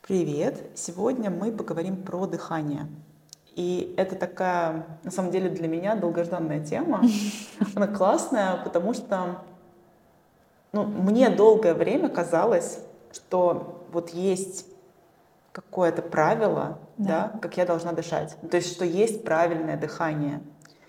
Привет! Сегодня мы поговорим про дыхание. И это такая, на самом деле, для меня долгожданная тема. Она классная, потому что мне долгое время казалось, что вот есть какое-то правило, Да. да, как я должна дышать. То есть, что есть правильное дыхание.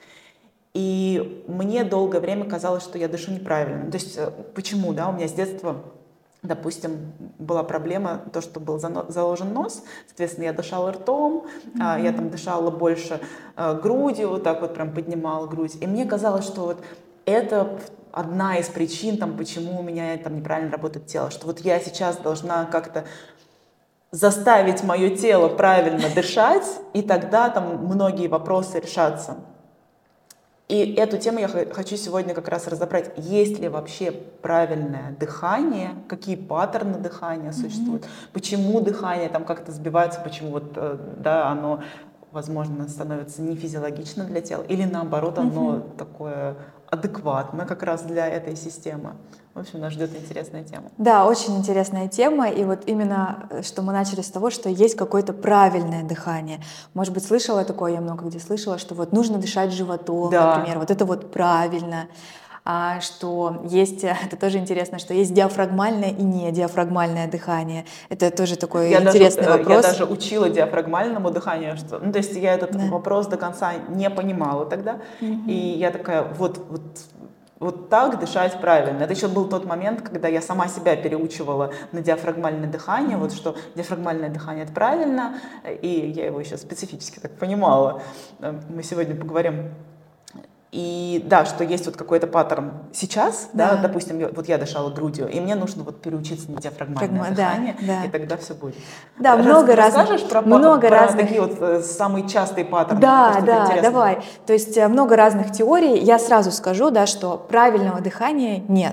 И мне долгое время казалось, что я дышу неправильно. То есть, почему, да, у меня с детства, допустим, была проблема, то, что был заложен нос, соответственно, я дышала ртом, я там дышала больше грудью, вот так вот прям поднимала грудь. И мне казалось, что вот это одна из причин, там, почему у меня там неправильно работает тело, что вот я сейчас должна как-то заставить мое тело правильно дышать, и тогда там многие вопросы решатся. И эту тему я хочу сегодня как раз разобрать. Есть ли вообще правильное дыхание, какие паттерны дыхания существуют, почему дыхание там как-то сбивается, почему вот, да, оно, возможно, становится нефизиологично для тела, или наоборот, оно такое адекватно как раз для этой системы. В общем, нас ждет интересная тема. Да, очень интересная тема. И вот именно, что мы начали с того, что есть какое-то правильное дыхание. Может быть, слышала такое, я много где слышала, что вот нужно дышать животом, Да. например, вот это вот правильно. Что есть, это тоже интересно, что есть диафрагмальное и не диафрагмальное дыхание. Это тоже такой интересный вопрос. Я даже учила диафрагмальному дыханию, что, то есть я этот вопрос до конца не понимала тогда, и я такая, вот так дышать правильно. Это еще был тот момент, когда я сама себя переучивала на диафрагмальное дыхание, вот что диафрагмальное дыхание это правильно, и я его еще специфически так понимала. Мы сегодня поговорим. И да, что есть вот какой-то паттерн сейчас, да, допустим, вот я дышала грудью, и мне нужно вот переучиться на диафрагмальное дыхание, и тогда все будет. Да, много разных. Расскажешь про такие вот самые частые паттерны? Да, давай. То есть много разных теорий. Я сразу скажу, да, что правильного дыхания нет.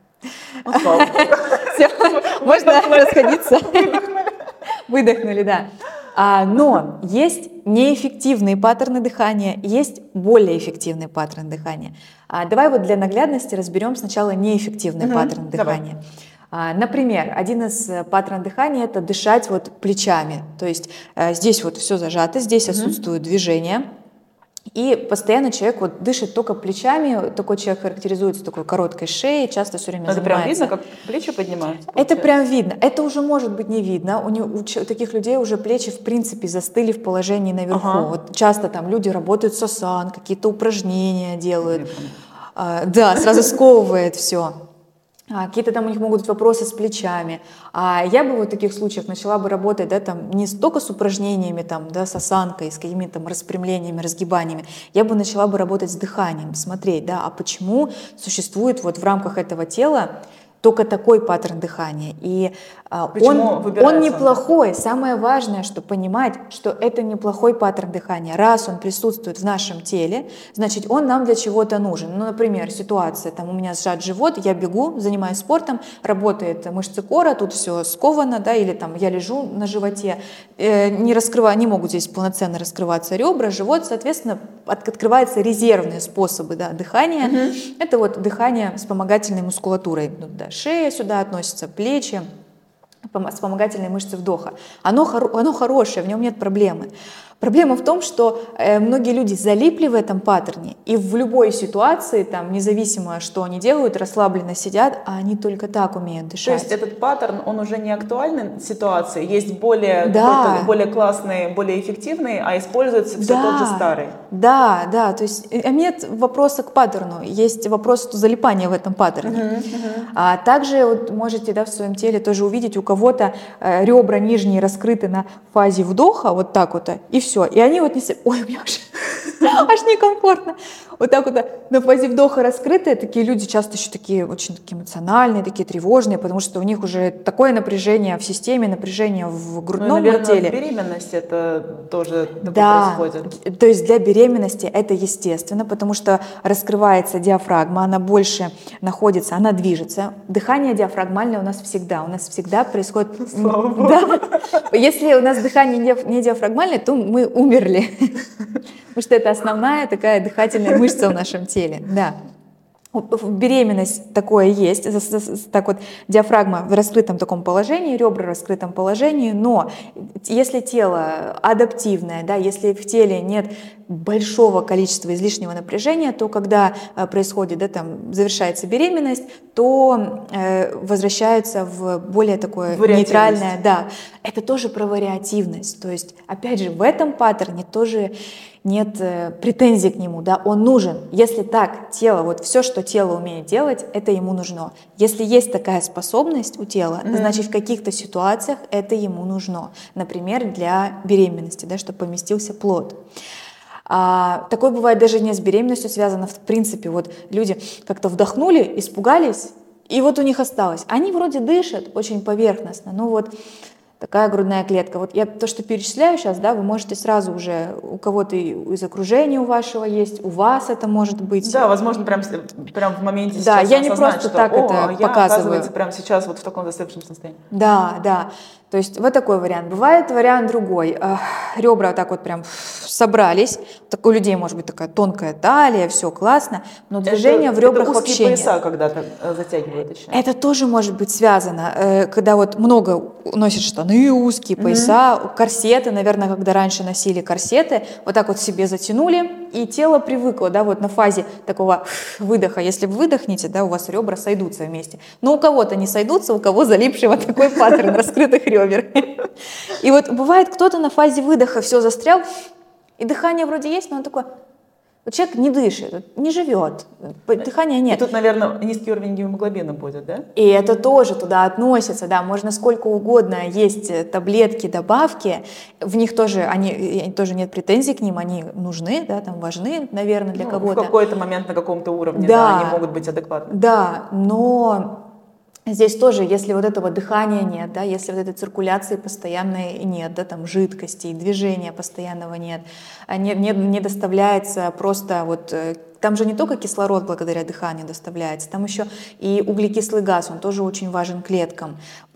Можно расходиться. Выдохнули, да. Но есть неэффективные паттерны дыхания, есть более эффективные паттерны дыхания. Давай вот для наглядности разберем сначала неэффективные паттерны дыхания. Например, один из паттернов дыхания — это дышать вот плечами. То есть здесь вот все зажато, здесь отсутствует движение. И постоянно человек вот дышит только плечами, такой человек характеризуется такой короткой шеей, часто все время занимается. Это прям видно, как плечи поднимаются? Это прям видно. Это уже может быть не видно. У таких людей уже плечи в принципе застыли в положении наверху. Вот часто там люди работают с асан, какие-то упражнения делают. Да, сразу сковывает все. Какие-то там у них могут быть вопросы с плечами. Я бы в таких случаях начала бы работать, да, там, не столько с упражнениями, там, да, с осанкой, с какими-то там распрямлениями, разгибаниями. Я бы начала бы работать с дыханием, смотреть, да, почему существует вот в рамках этого тела только такой паттерн дыхания. И он неплохой. Самое важное, что понимать, что это неплохой паттерн дыхания. Раз он присутствует в нашем теле, значит, он нам для чего-то нужен. например, ситуация, там у меня сжат живот, я бегу, занимаюсь спортом, работает мышцы кора, тут все сковано, да, или там я лежу на животе, не могут здесь полноценно раскрываться ребра, живот, соответственно, открываются резервные способы, да, дыхания. Это вот дыхание вспомогательной мускулатурой. Шея сюда относится, плечи, вспомогательные мышцы вдоха. Оно хорошее, в нем нет проблемы. Проблема в том, что многие люди залипли в этом паттерне, и в любой ситуации, там, независимо, что они делают, расслабленно сидят, а они только так умеют дышать. То есть этот паттерн, он уже не актуальный в ситуации, есть более классные, более эффективные, а используется все тот же старый. Да, то есть нет вопроса к паттерну, есть вопрос залипания в этом паттерне. Также вот можете, да, в своем теле тоже увидеть, у кого-то ребра нижние раскрыты на фазе вдоха, вот так вот, и все. И они вот ой, у меня аж некомфортно. Вот так вот на фазе вдоха раскрытые, такие люди часто еще такие очень эмоциональные, такие тревожные, потому что у них уже такое напряжение в системе, напряжение в грудном теле. Наверное, в беременности это тоже происходит. То есть для беременности это естественно, потому что раскрывается диафрагма, она больше находится, она движется. Дыхание диафрагмальное у нас всегда происходит. Слава Богу. Если у нас дыхание не диафрагмальное, то мы умерли, потому что это основная такая дыхательная мышца в нашем теле, да. Беременность такое есть, так вот диафрагма в раскрытом таком положении, ребра в раскрытом положении, но если тело адаптивное, да, если в теле нет большого количества излишнего напряжения, то когда происходит, да, там завершается беременность, то возвращается в более такое нейтральное, да, это тоже про вариативность, то есть опять же в этом паттерне тоже нет претензий к нему, да, он нужен. Если так, тело, вот все, что тело умеет делать, это ему нужно. Если есть такая способность у тела, значит, в каких-то ситуациях это ему нужно. Например, для беременности, да, чтобы поместился плод. Такое бывает даже не с беременностью связано, в принципе, вот люди как-то вдохнули, испугались, и вот у них осталось. Они вроде дышат очень поверхностно, но вот такая грудная клетка. Вот я то, что перечисляю сейчас, да, вы можете сразу уже, у кого-то из окружения у вашего есть, у вас это может быть. Да, возможно, прям в моменте да, сейчас я не просто что, так это я, показываю. оказывается, прямо сейчас вот в таком застывшем состоянии. Да, да. То есть вот такой вариант. Бывает вариант другой. Ребра вот так вот прям собрались. Так у людей может быть такая тонкая талия, все классно, но движение в ребрах это вообще нет. пояса когда-то затягивают еще. Это тоже может быть связано, когда вот много носят штаны узкие, пояса, корсеты, наверное, когда раньше носили корсеты, вот так вот себе затянули, и тело привыкло, да, вот на фазе такого выдоха. Если вы выдохнете, да, у вас ребра сойдутся вместе. Но у кого-то не сойдутся, у кого залипший вот такой паттерн раскрытых ребер. И вот бывает, кто-то на фазе выдоха все застрял, и дыхание вроде есть, но он такой... Вот человек не дышит, не живет, дыхания нет. И тут, наверное, низкий уровень гемоглобина будет, да? И это тоже туда относится, да, можно сколько угодно есть таблетки, добавки, в них тоже, тоже нет претензий к ним, они нужны, да, там важны, наверное, для кого-то. В какой-то момент на каком-то уровне, да, они могут быть адекватны. Да, но... Здесь тоже, если вот этого дыхания нет, да, если вот этой циркуляции постоянной нет, да, там жидкости, движения постоянного нет, не доставляется просто вот, там же не только кислород благодаря дыханию доставляется, там еще и углекислый газ, он тоже очень важен клеткам,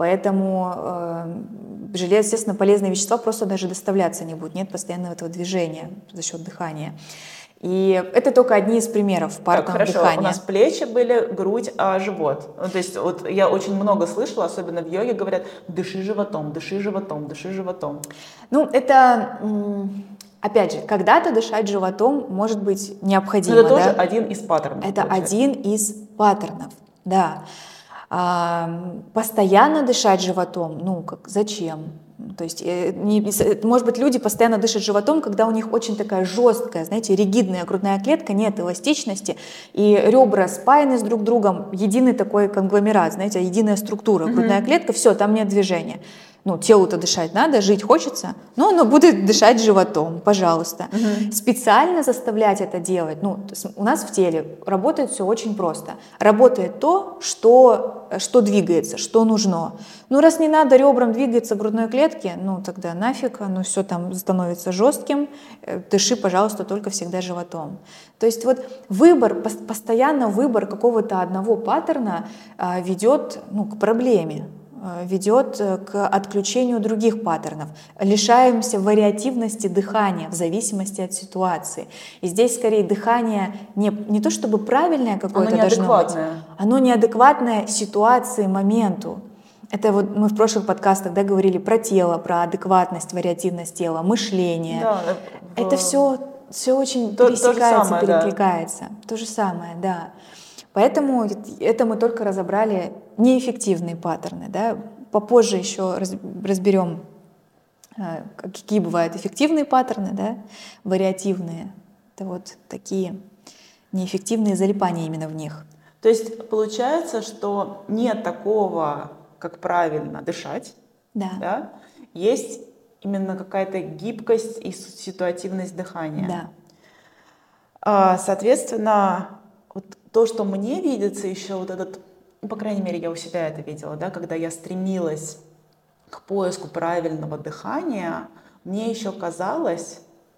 поэтому желез, естественно, полезные вещества просто даже доставляться не будут, нет постоянного этого движения за счет дыхания. И это только одни из примеров парного дыхания. У нас плечи были, грудь, а живот. Ну, то есть вот я очень много слышала, особенно в йоге говорят, дыши животом, дыши животом, дыши животом. Ну, это, опять же, когда-то дышать животом может быть необходимо. Это тоже один из паттернов. Это один из паттернов, да. Постоянно дышать животом, ну, зачем? То есть, может быть, люди постоянно дышат животом, когда у них очень такая жесткая, знаете, ригидная грудная клетка, нет эластичности, и ребра спаяны с друг другом, единый такой конгломерат, знаете, единая структура, грудная клетка, все, там нет движения. Ну, телу-то дышать надо, жить хочется, но оно будет дышать животом, пожалуйста. Специально заставлять это делать, ну, у нас в теле работает все очень просто. Работает то, что двигается, что нужно. Ну, раз не надо ребрам двигаться в грудной клетке, ну, тогда нафиг, оно все там становится жестким, дыши, пожалуйста, только всегда животом. То есть вот постоянно выбор какого-то одного паттерна ведет, ну, к проблеме, ведет к отключению других паттернов. Лишаемся вариативности дыхания в зависимости от ситуации. И здесь скорее дыхание не то чтобы правильное какое-то должно быть, оно неадекватное ситуации, моменту. Это вот мы в прошлых подкастах, да, говорили про тело, про адекватность, вариативность тела, мышление. Да, это все очень пересекается, перекликается. Да. То же самое, да. Поэтому это мы только разобрали неэффективные паттерны. Да? Попозже еще разберем, какие бывают эффективные паттерны, да? Вариативные. Это вот такие неэффективные залипания именно в них. То есть получается, что нет такого, как правильно дышать. Да. Да? Есть именно какая-то гибкость и ситуативность дыхания. Да. Соответственно, вот то, что мне видится еще вот этот, по крайней мере, я у себя это видела, да, когда я стремилась к поиску правильного дыхания, мне еще казалось,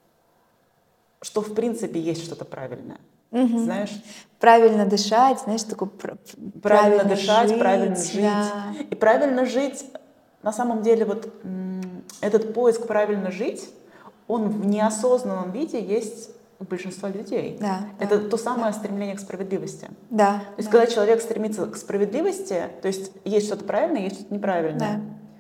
что в принципе есть что-то правильное. Угу. Знаешь? Правильно дышать, знаешь, такое правильно дышать, жить, правильно жить. Да. И правильно жить, на самом деле, вот этот поиск правильно жить, он в неосознанном виде есть у большинства людей. Да, это да, то самое стремление к справедливости. Да. То есть, когда человек стремится к справедливости, то есть есть что-то правильное, есть что-то неправильное. Да.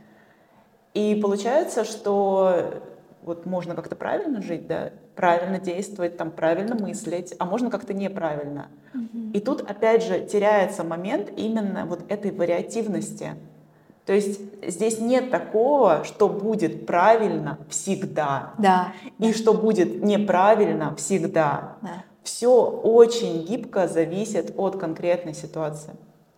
И получается, что вот можно как-то правильно жить, да, правильно действовать, там, правильно мыслить, а можно как-то неправильно. И тут, опять же, теряется момент именно вот этой вариативности. То есть здесь нет такого, что будет правильно всегда, Да. и что будет неправильно всегда. Да. Все очень гибко зависит от конкретной ситуации.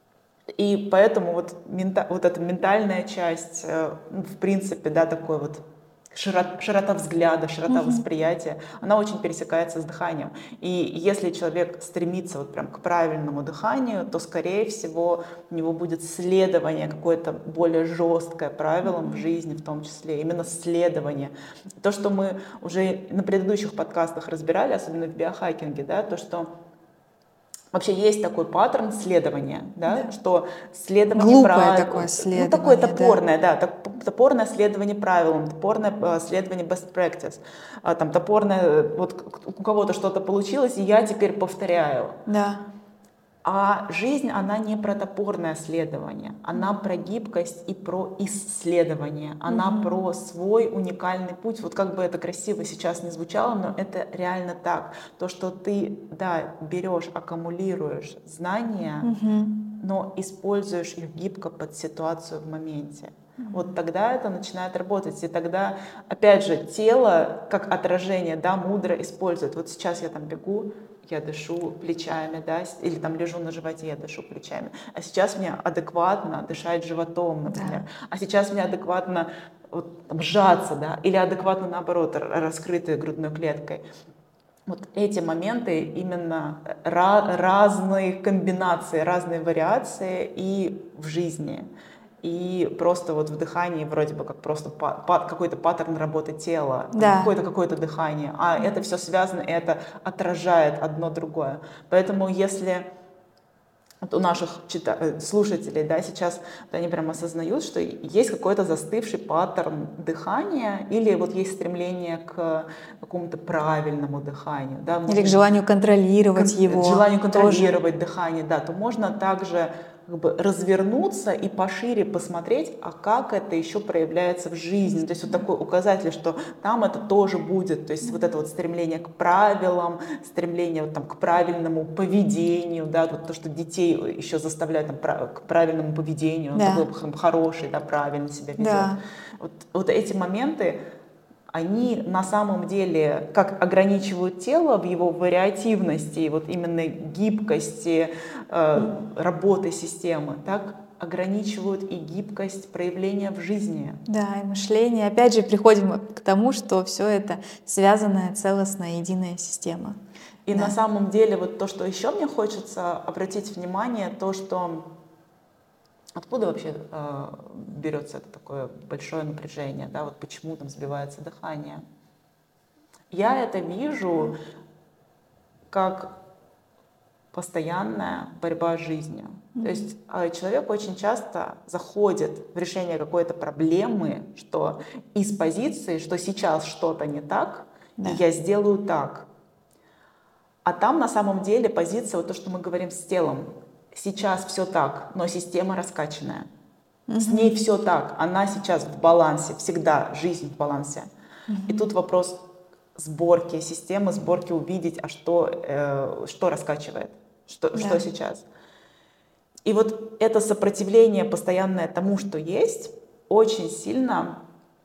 И поэтому вот эта ментальная часть, в принципе, да, такой вот широта взгляда, широта восприятия, она очень пересекается с дыханием. И если человек стремится вот прям к правильному дыханию, то, скорее всего, у него будет следование какое-то более жесткое правилам в жизни, в том числе, именно следование. То, что мы уже на предыдущих подкастах разбирали, особенно в биохакинге, да, то, что вообще есть такой паттерн следования, да, что следование Глупое правил, такое следование, ну такое топорное, да, топорное следование правилам, топорное следование best practice, там топорное, вот у кого-то что-то получилось, и я теперь повторяю. Да. А жизнь, она не про топорное следование, она про гибкость и про исследование, она про свой уникальный путь. Вот как бы это красиво сейчас не звучало, но это реально так. То, что ты, да, берешь, аккумулируешь знания, но используешь их гибко под ситуацию в моменте. Вот тогда это начинает работать. И тогда, опять же, тело, как отражение, да, мудро использует. Вот сейчас я там бегу, я дышу плечами, да, или там лежу на животе, я дышу плечами. А сейчас мне адекватно дышать животом, например. А сейчас мне адекватно вот, там, сжаться, да, или адекватно, наоборот, раскрытой грудной клеткой. Вот эти моменты именно разные комбинации, разные вариации и в жизни. И просто вот в дыхании вроде бы как просто какой-то паттерн работы тела, Да. какое-то дыхание, а это все связано, и это отражает одно другое. Поэтому если вот у наших слушателей, да, сейчас вот они прям осознают, что есть какой-то застывший паттерн дыхания или вот есть стремление к какому-то правильному дыханию. Да, Или к желанию контролировать его. К желанию контролировать дыхание, да, то можно также как бы развернуться и пошире посмотреть, а как это еще проявляется в жизни. То есть вот такой указатель, что там это тоже будет. То есть вот это вот стремление к правилам, стремление вот там к правильному поведению, да, вот то, что детей еще заставляют там, к правильному поведению, он такой хороший, да, правильно себя ведет. Да. Вот эти моменты, они на самом деле как ограничивают тело в его вариативности, вот именно гибкости работы системы, так ограничивают и гибкость проявления в жизни. Да, и мышление. Опять же, приходим к тому, что все это связанная, целостная, единая система. И на самом деле вот то, что еще мне хочется обратить внимание, то, что откуда вообще берется это такое большое напряжение, да, вот почему там сбивается дыхание. Я это вижу как постоянная борьба с жизнью. То есть человек очень часто заходит в решение какой-то проблемы, что из позиции, что сейчас что-то не так, и я сделаю так. А там на самом деле позиция, вот то, что мы говорим с телом, сейчас все так, но система раскачанная. С ней все так, она сейчас в балансе, всегда жизнь в балансе. И тут вопрос сборки системы, сборки увидеть, а что раскачивает, что сейчас. И вот это сопротивление постоянное тому, что есть, очень сильно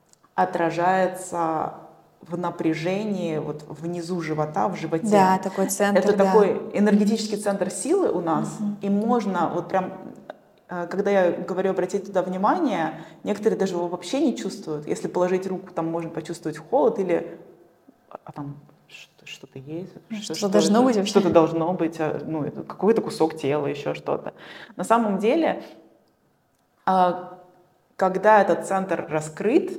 отражается в напряжении вот внизу живота, в животе. Да, такой центр. Это такой энергетический центр силы у нас, и можно вот прям, когда я говорю обратить туда внимание, некоторые даже его вообще не чувствуют. Если положить руку, там можно почувствовать холод или там что-то есть, что должно быть вообще. Что-то должно быть, ну, какой-то кусок тела, еще что-то. На самом деле, когда этот центр раскрыт,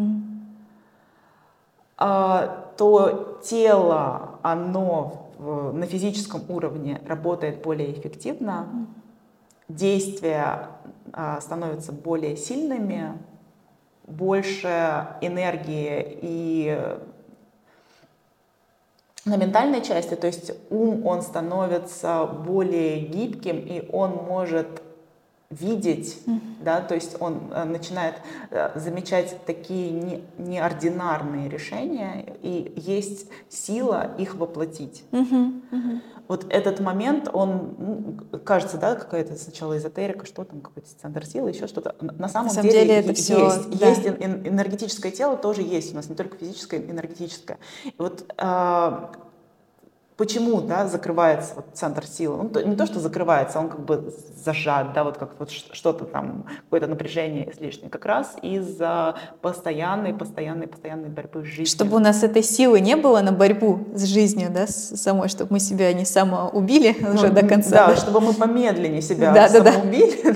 то тело, оно на физическом уровне работает более эффективно, действия становятся более сильными, больше энергии и на ментальной части, то есть ум, он становится более гибким, и он может видеть, да, то есть он начинает замечать такие неординарные решения, и есть сила их воплотить. Вот этот момент, он кажется, да, какая-то сначала эзотерика, что там, какой-то центр силы, еще что-то. На самом деле это все, да. Есть энергетическое тело, тоже есть у нас, не только физическое, энергетическое. И вот почему, да, закрывается вот центр силы? Ну, не то, что закрывается, он как бы зажат, да, вот как вот что-то там, какое-то напряжение излишнее, как раз из-за постоянной борьбы с жизнью. Чтобы у нас этой силы не было на борьбу с жизнью, да, самой, чтобы мы себя не самоубили уже до конца. Да, чтобы мы помедленнее себя самоубили.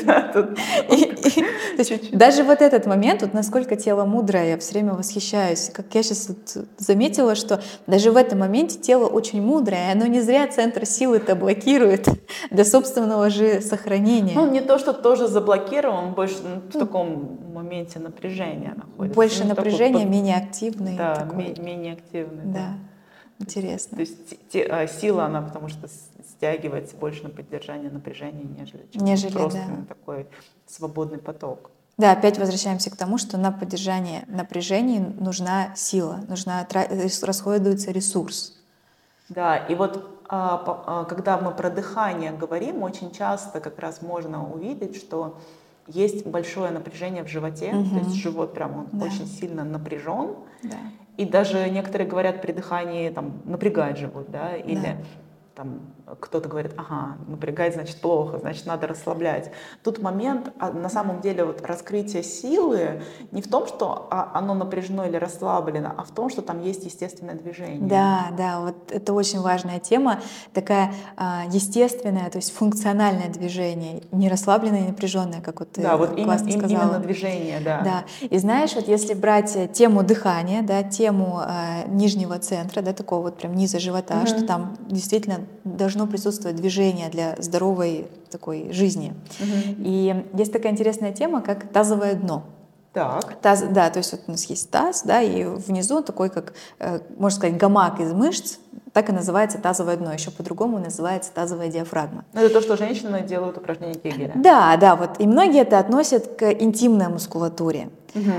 Даже вот этот момент, вот насколько тело мудрое, я все время восхищаюсь. Как я сейчас заметила, что даже в этом моменте тело очень мудрое, и оно не зря центр силы-то блокирует для собственного же сохранения. Ну, не то, что тоже заблокирован, больше в таком моменте напряжения находится. Больше напряжения, менее активный. Да, менее активный. Да, интересно. То есть сила, она потому что стягивается больше на поддержание напряжения, нежели просто такой свободный поток. Да, опять возвращаемся к тому, что на поддержание напряжения нужна сила, расходуется ресурс. Да, и вот когда мы про дыхание говорим, очень часто как раз можно увидеть, что есть большое напряжение в животе, то есть живот прям он очень сильно напряжен, и даже некоторые говорят при дыхании там напрягать живот, да, или там кто-то говорит, ага, напрягать значит плохо, значит надо расслаблять. Тут момент, на самом деле, вот раскрытие силы не в том, что оно напряжено или расслаблено, а в том, что там есть естественное движение. Да, вот это очень важная тема, такая естественная, то есть функциональное движение, не расслабленное и напряженное, как вот ты классно сказала. Именно движение, да. Да, и знаешь, вот если брать тему дыхания, да, тему нижнего центра, да, такого вот прям низа живота, что там действительно должно присутствовать движение для здоровой такой жизни. И есть такая интересная тема, как тазовое дно. Так. Да, то есть вот у нас есть таз, да, и внизу такой, как, можно сказать, гамак из мышц, так и называется тазовое дно, еще по-другому называется тазовая диафрагма. Это то, что женщины делают упражнения Кегеля. Да, вот, и многие это относят к интимной мускулатуре.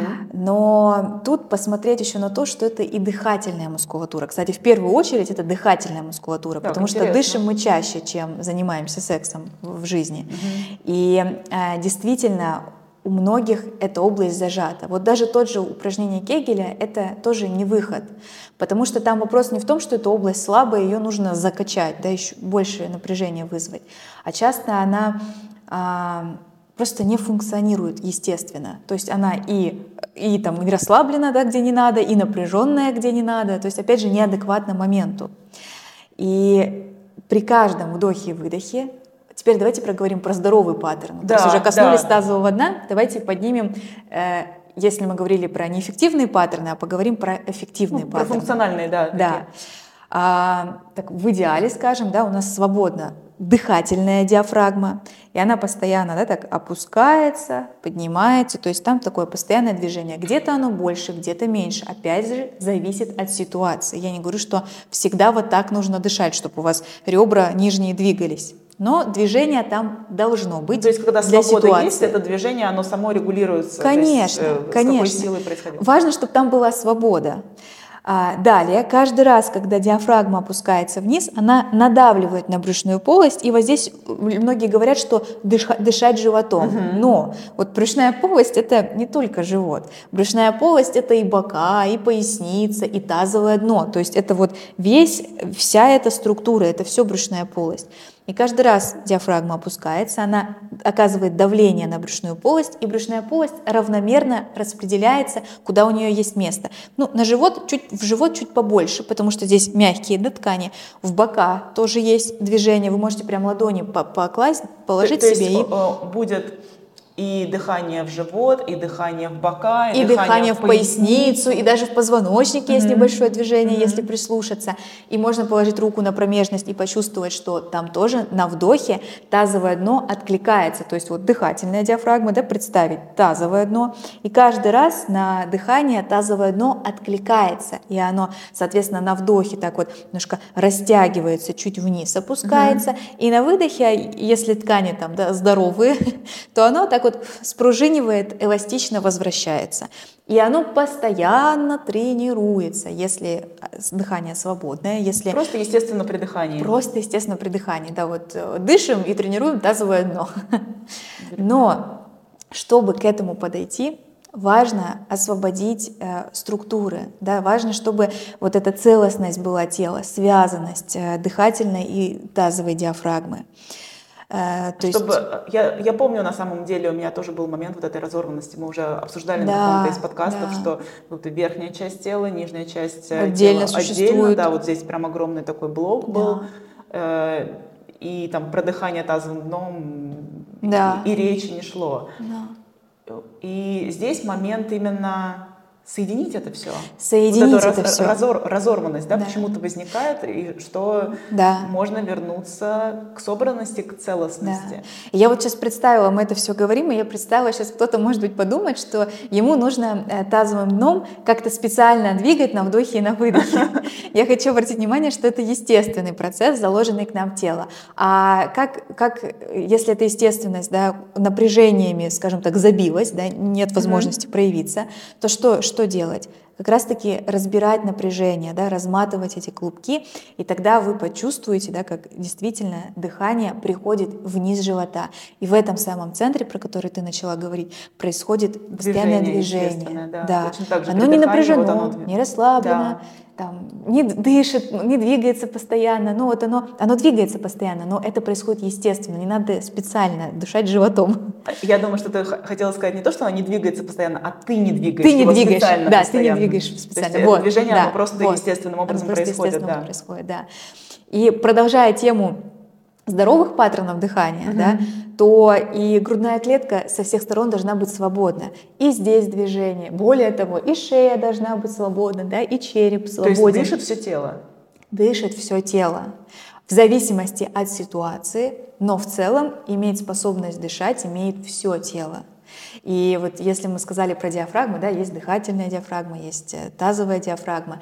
Но тут посмотреть еще на то, что это и дыхательная мускулатура. Кстати, в первую очередь это дыхательная мускулатура, потому что дышим мы чаще, чем занимаемся сексом в жизни. И действительно, у многих эта область зажата. Вот даже тот же упражнение Кегеля — это тоже не выход, потому что там вопрос не в том, что эта область слабая, ее нужно закачать, да, еще больше напряжения вызвать, а часто она просто не функционирует естественно. То есть она и там и расслаблена, да, где не надо, и напряженная, где не надо. То есть, опять же, неадекватно моменту. И при каждом вдохе и выдохе, теперь давайте проговорим про здоровый паттерн. То есть уже коснулись тазового дна, давайте поднимем, если мы говорили про неэффективные паттерны, а поговорим про эффективные паттерны. Про функциональные, да. Да. Так, в идеале, скажем, да, у нас свободно дыхательная диафрагма, и она постоянно, да, так опускается, поднимается, то есть там такое постоянное движение. Где-то оно больше, где-то меньше. Опять же, зависит от ситуации. Я не говорю, что всегда вот так нужно дышать, чтобы у вас ребра нижние двигались. Но движение там должно быть. То есть, когда для свобода ситуации. есть, это движение, оно само регулируется. Конечно, то есть, конечно. С какой силой происходит. Важно, чтобы там была свобода. Далее, каждый раз, когда диафрагма опускается вниз, она надавливает на брюшную полость, и вот здесь многие говорят, что дышать животом. Но вот брюшная полость — это не только живот. Брюшная полость — это и бока, и поясница, и тазовое дно. То есть это вот вся эта структура, это все брюшная полость. И каждый раз диафрагма опускается, она оказывает давление на брюшную полость, и брюшная полость равномерно распределяется, куда у нее есть место. Ну, в живот чуть побольше, потому что здесь мягкие ткани. В бока тоже есть движение. Вы можете прям ладони положить то себе. Есть будет И дыхание в живот, и дыхание в бока, и дыхание в поясницу, и даже в позвоночнике есть небольшое движение, если прислушаться. И можно положить руку на промежность и почувствовать, что там тоже на вдохе тазовое дно откликается. То есть вот дыхательная диафрагма, да, представить тазовое дно. И каждый раз на дыхание тазовое дно откликается. И оно, соответственно, на вдохе так вот немножко растягивается, чуть вниз опускается. И на выдохе, если ткани там, да, здоровые, то оно так вот спружинивает, эластично возвращается. И оно постоянно тренируется, если дыхание свободное, если... Просто естественно при дыхании. Просто естественно при дыхании, да, вот дышим и тренируем тазовое дно. Но чтобы к этому подойти, важно освободить структуры, да, важно, чтобы вот эта целостность была тела, связанность дыхательной и тазовой диафрагмы. Я помню, на самом деле, у меня тоже был момент вот этой разорванности. Мы уже обсуждали на каком-то из подкастов, что вот верхняя часть тела, нижняя часть отдельно тела отдельно. Да, вот здесь прям огромный такой блок был. И там про дыхание тазовым дном и речи не шло. И здесь момент именно соединить это все. Соединить вот это все. Разорванность, да, почему-то возникает, и что можно вернуться к собранности, к целостности. Да. Я вот сейчас представила, мы это все говорим, и я представила, сейчас кто-то, может быть, подумает, что ему нужно тазовым дном как-то специально двигать на вдохе и на выдохе. Я хочу обратить внимание, что это естественный процесс, заложенный к нам в тело. А как если эта естественность, да, напряжениями, скажем так, забилась, да, нет возможности проявиться, то что делать? Как раз-таки разбирать напряжение, да, разматывать эти клубки, и тогда вы почувствуете, да, как действительно дыхание приходит вниз живота. И в этом самом центре, про который ты начала говорить, происходит постоянное движение. Да. Оно не напряжено, вот не расслаблено, там, не дышит, не двигается постоянно. Ну вот оно двигается постоянно, но это происходит естественно, не надо специально дышать животом. Я думаю, что ты хотела сказать не то, что оно не двигается постоянно, а ты не двигаешь специально. Да, постоянно. Ты не двигаешь специально. То есть это движение, оно просто естественным образом происходит. Да. И продолжая тему здоровых паттернов дыхания, да, то и грудная клетка со всех сторон должна быть свободна. И здесь движение. Более того, и шея должна быть свободна, да, и череп свободен. То есть дышит все тело? Дышит все тело. В зависимости от ситуации, но в целом иметь способность дышать имеет все тело. И вот если мы сказали про диафрагму, да, есть дыхательная диафрагма, есть тазовая диафрагма.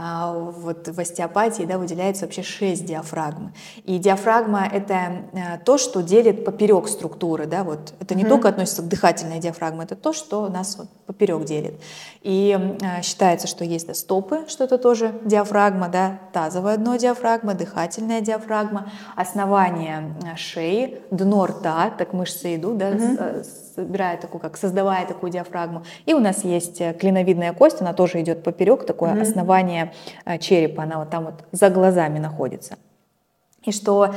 Вот в остеопатии, да, выделяется вообще 6 диафрагм. И диафрагма — это то, что делит поперек структуры. Да, вот. Это не только относится к дыхательной диафрагме, это то, что нас вот поперек делит. И считается, что есть стопы, что это тоже диафрагма, да, тазовое дно диафрагма, дыхательная диафрагма, основание шеи, дно рта, так мышцы идут, да, собирая такую, как создавая такую диафрагму. И у нас есть клиновидная кость, она тоже идет поперек, такое основание черепа, она вот там вот за глазами находится. И что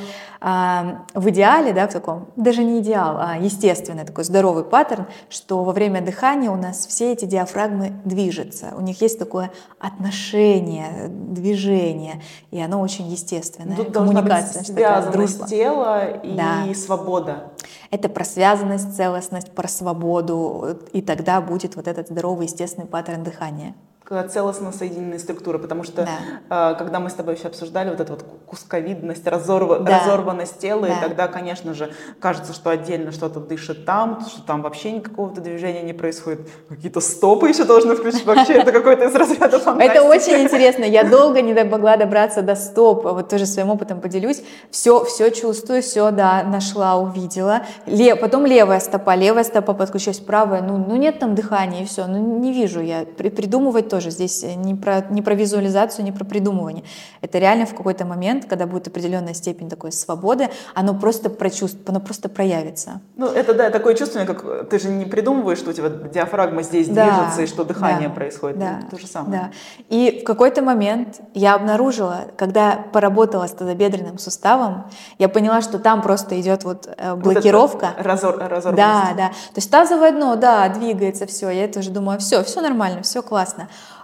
в идеале, да, в таком, даже не идеал, а естественный такой здоровый паттерн, что во время дыхания у нас все эти диафрагмы движутся, у них есть такое отношение, движение, и оно очень естественное. Тут коммуникация, связанность тела и свобода. Это про связанность, целостность, про свободу, и тогда будет вот этот здоровый естественный паттерн дыхания. Целостно соединенные структуры, потому что когда мы с тобой еще обсуждали вот эту вот кусковидность, разорванность тела, и тогда, конечно же, кажется, что отдельно что-то дышит там, что там вообще никакого-то движения не происходит. Какие-то стопы еще должны включить, вообще это какой-то из разряда фантастики. Это очень интересно, я долго не могла добраться до стоп, вот тоже своим опытом поделюсь, все чувствую, все, да, нашла, увидела, потом левая стопа подключилась, правая, ну нет там дыхания, и все, ну не вижу я, придумывать тоже здесь не про визуализацию, не про придумывание. Это реально в какой-то момент, когда будет определенная степень такой свободы, оно просто проявится. Ну, это, да, такое чувство, как ты же не придумываешь, что у тебя диафрагма здесь движется, и что дыхание происходит. Да, то же самое. Да. И в какой-то момент я обнаружила, когда поработала с тазобедренным суставом, я поняла, что там просто идет вот блокировка. Вот разорванность. Да. То есть тазовое дно, да, двигается все. Я тоже думаю, все нормально, все классно.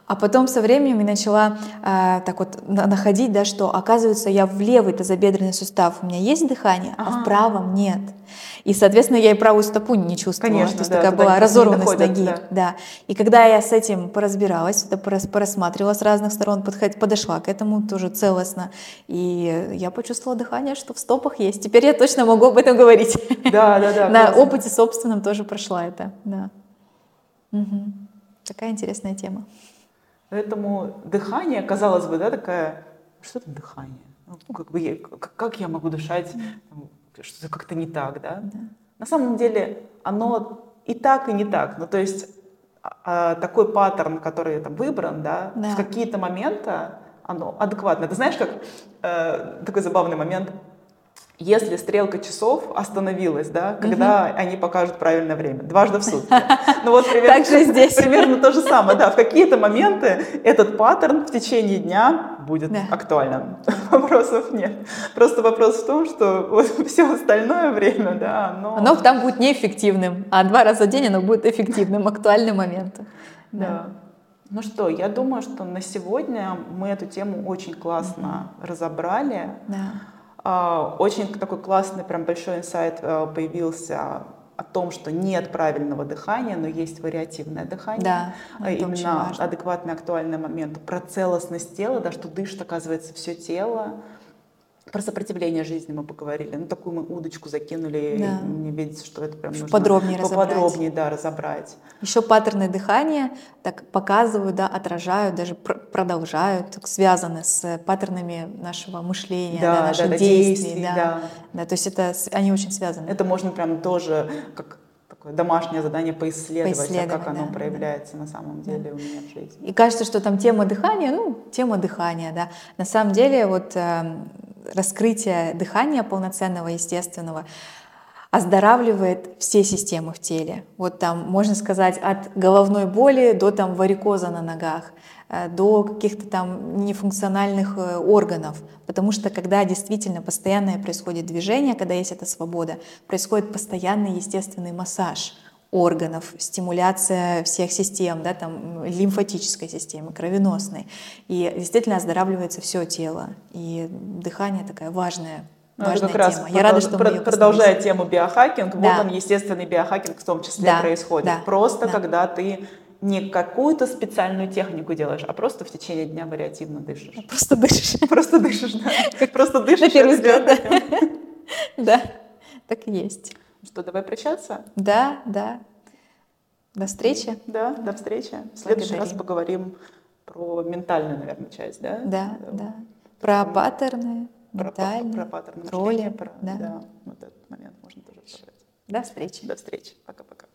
А потом со временем я начала так вот находить, да, что оказывается я в левый тазобедренный сустав, у меня есть дыхание, а в правом нет. И, соответственно, я и правую стопу не чувствовала. Конечно, то есть да, такая туда была не разорванность доходят, ноги. Да. И когда я с этим поразбиралась, это порассматривала с разных сторон, подошла к этому тоже целостно, и я почувствовала дыхание, что в стопах есть. Теперь я точно могу об этом говорить. Да. На Классно. опыте собственном тоже прошла это. Да. Угу. Такая интересная тема. Поэтому дыхание, казалось бы, да, такая, что это дыхание? Ну, как я могу дышать, что-то как-то не так, да? На самом деле оно и так, и не так. Ну, то есть такой паттерн, который там выбран, да, в какие-то моменты оно адекватно. Ты знаешь, как такой забавный момент, если стрелка часов остановилась, да, когда они покажут правильное время, дважды в сутки. Ну вот примерно то же самое, да, в какие-то моменты этот паттерн в течение дня будет актуальным. Вопросов нет. Просто вопрос в том, что вот все остальное время, да, оно там будет неэффективным, а 2 раза в день оно будет эффективным, актуальным моментом. Да. Ну что, я думаю, что на сегодня мы эту тему очень классно разобрали. Очень такой классный, прям большой инсайт появился о том, что нет правильного дыхания, но есть вариативное дыхание. Да, именно адекватный, актуальный момент. Про целостность тела, да, что дышит, оказывается, все тело. Про сопротивление жизни мы поговорили. Ну, такую мы удочку закинули. Да. Мне видится, что это прям нужно поподробнее разобрать. Еще паттерны дыхания так показывают, да, отражают, даже продолжают, связаны с паттернами нашего мышления, наших действий. Да, то есть они очень связаны. Это можно прям тоже как такое домашнее задание поисследовать как оно проявляется на самом деле у меня в жизни. И кажется, что там тема дыхания, да. На самом деле вот раскрытие дыхания полноценного, естественного оздоравливает все системы в теле. Вот там, можно сказать, от головной боли до там варикоза на ногах, до каких-то там нефункциональных органов. Потому что когда действительно постоянное происходит движение, когда есть эта свобода, происходит постоянный естественный массаж органов, стимуляция всех систем, да, там, лимфатической системы, кровеносной. И действительно оздоравливается все тело. И дыхание такая важная тема. Я рада, что мы продолжая тему биохакинг, вот он, естественный биохакинг в том числе происходит. Просто когда ты не какую-то специальную технику делаешь, а просто в течение дня вариативно дышишь. Просто дышишь. Просто дышишь, да. Просто дышишь. На первый взгляд, да. Так и есть. Что, давай прощаться? Да. До встречи. Да, до встречи. В следующий раз поговорим про ментальную, наверное, часть, да? Да. Про паттерны, ментальные, про паттерны роли. мышления, вот этот момент можно тоже разобрать. До встречи. До встречи. Пока-пока.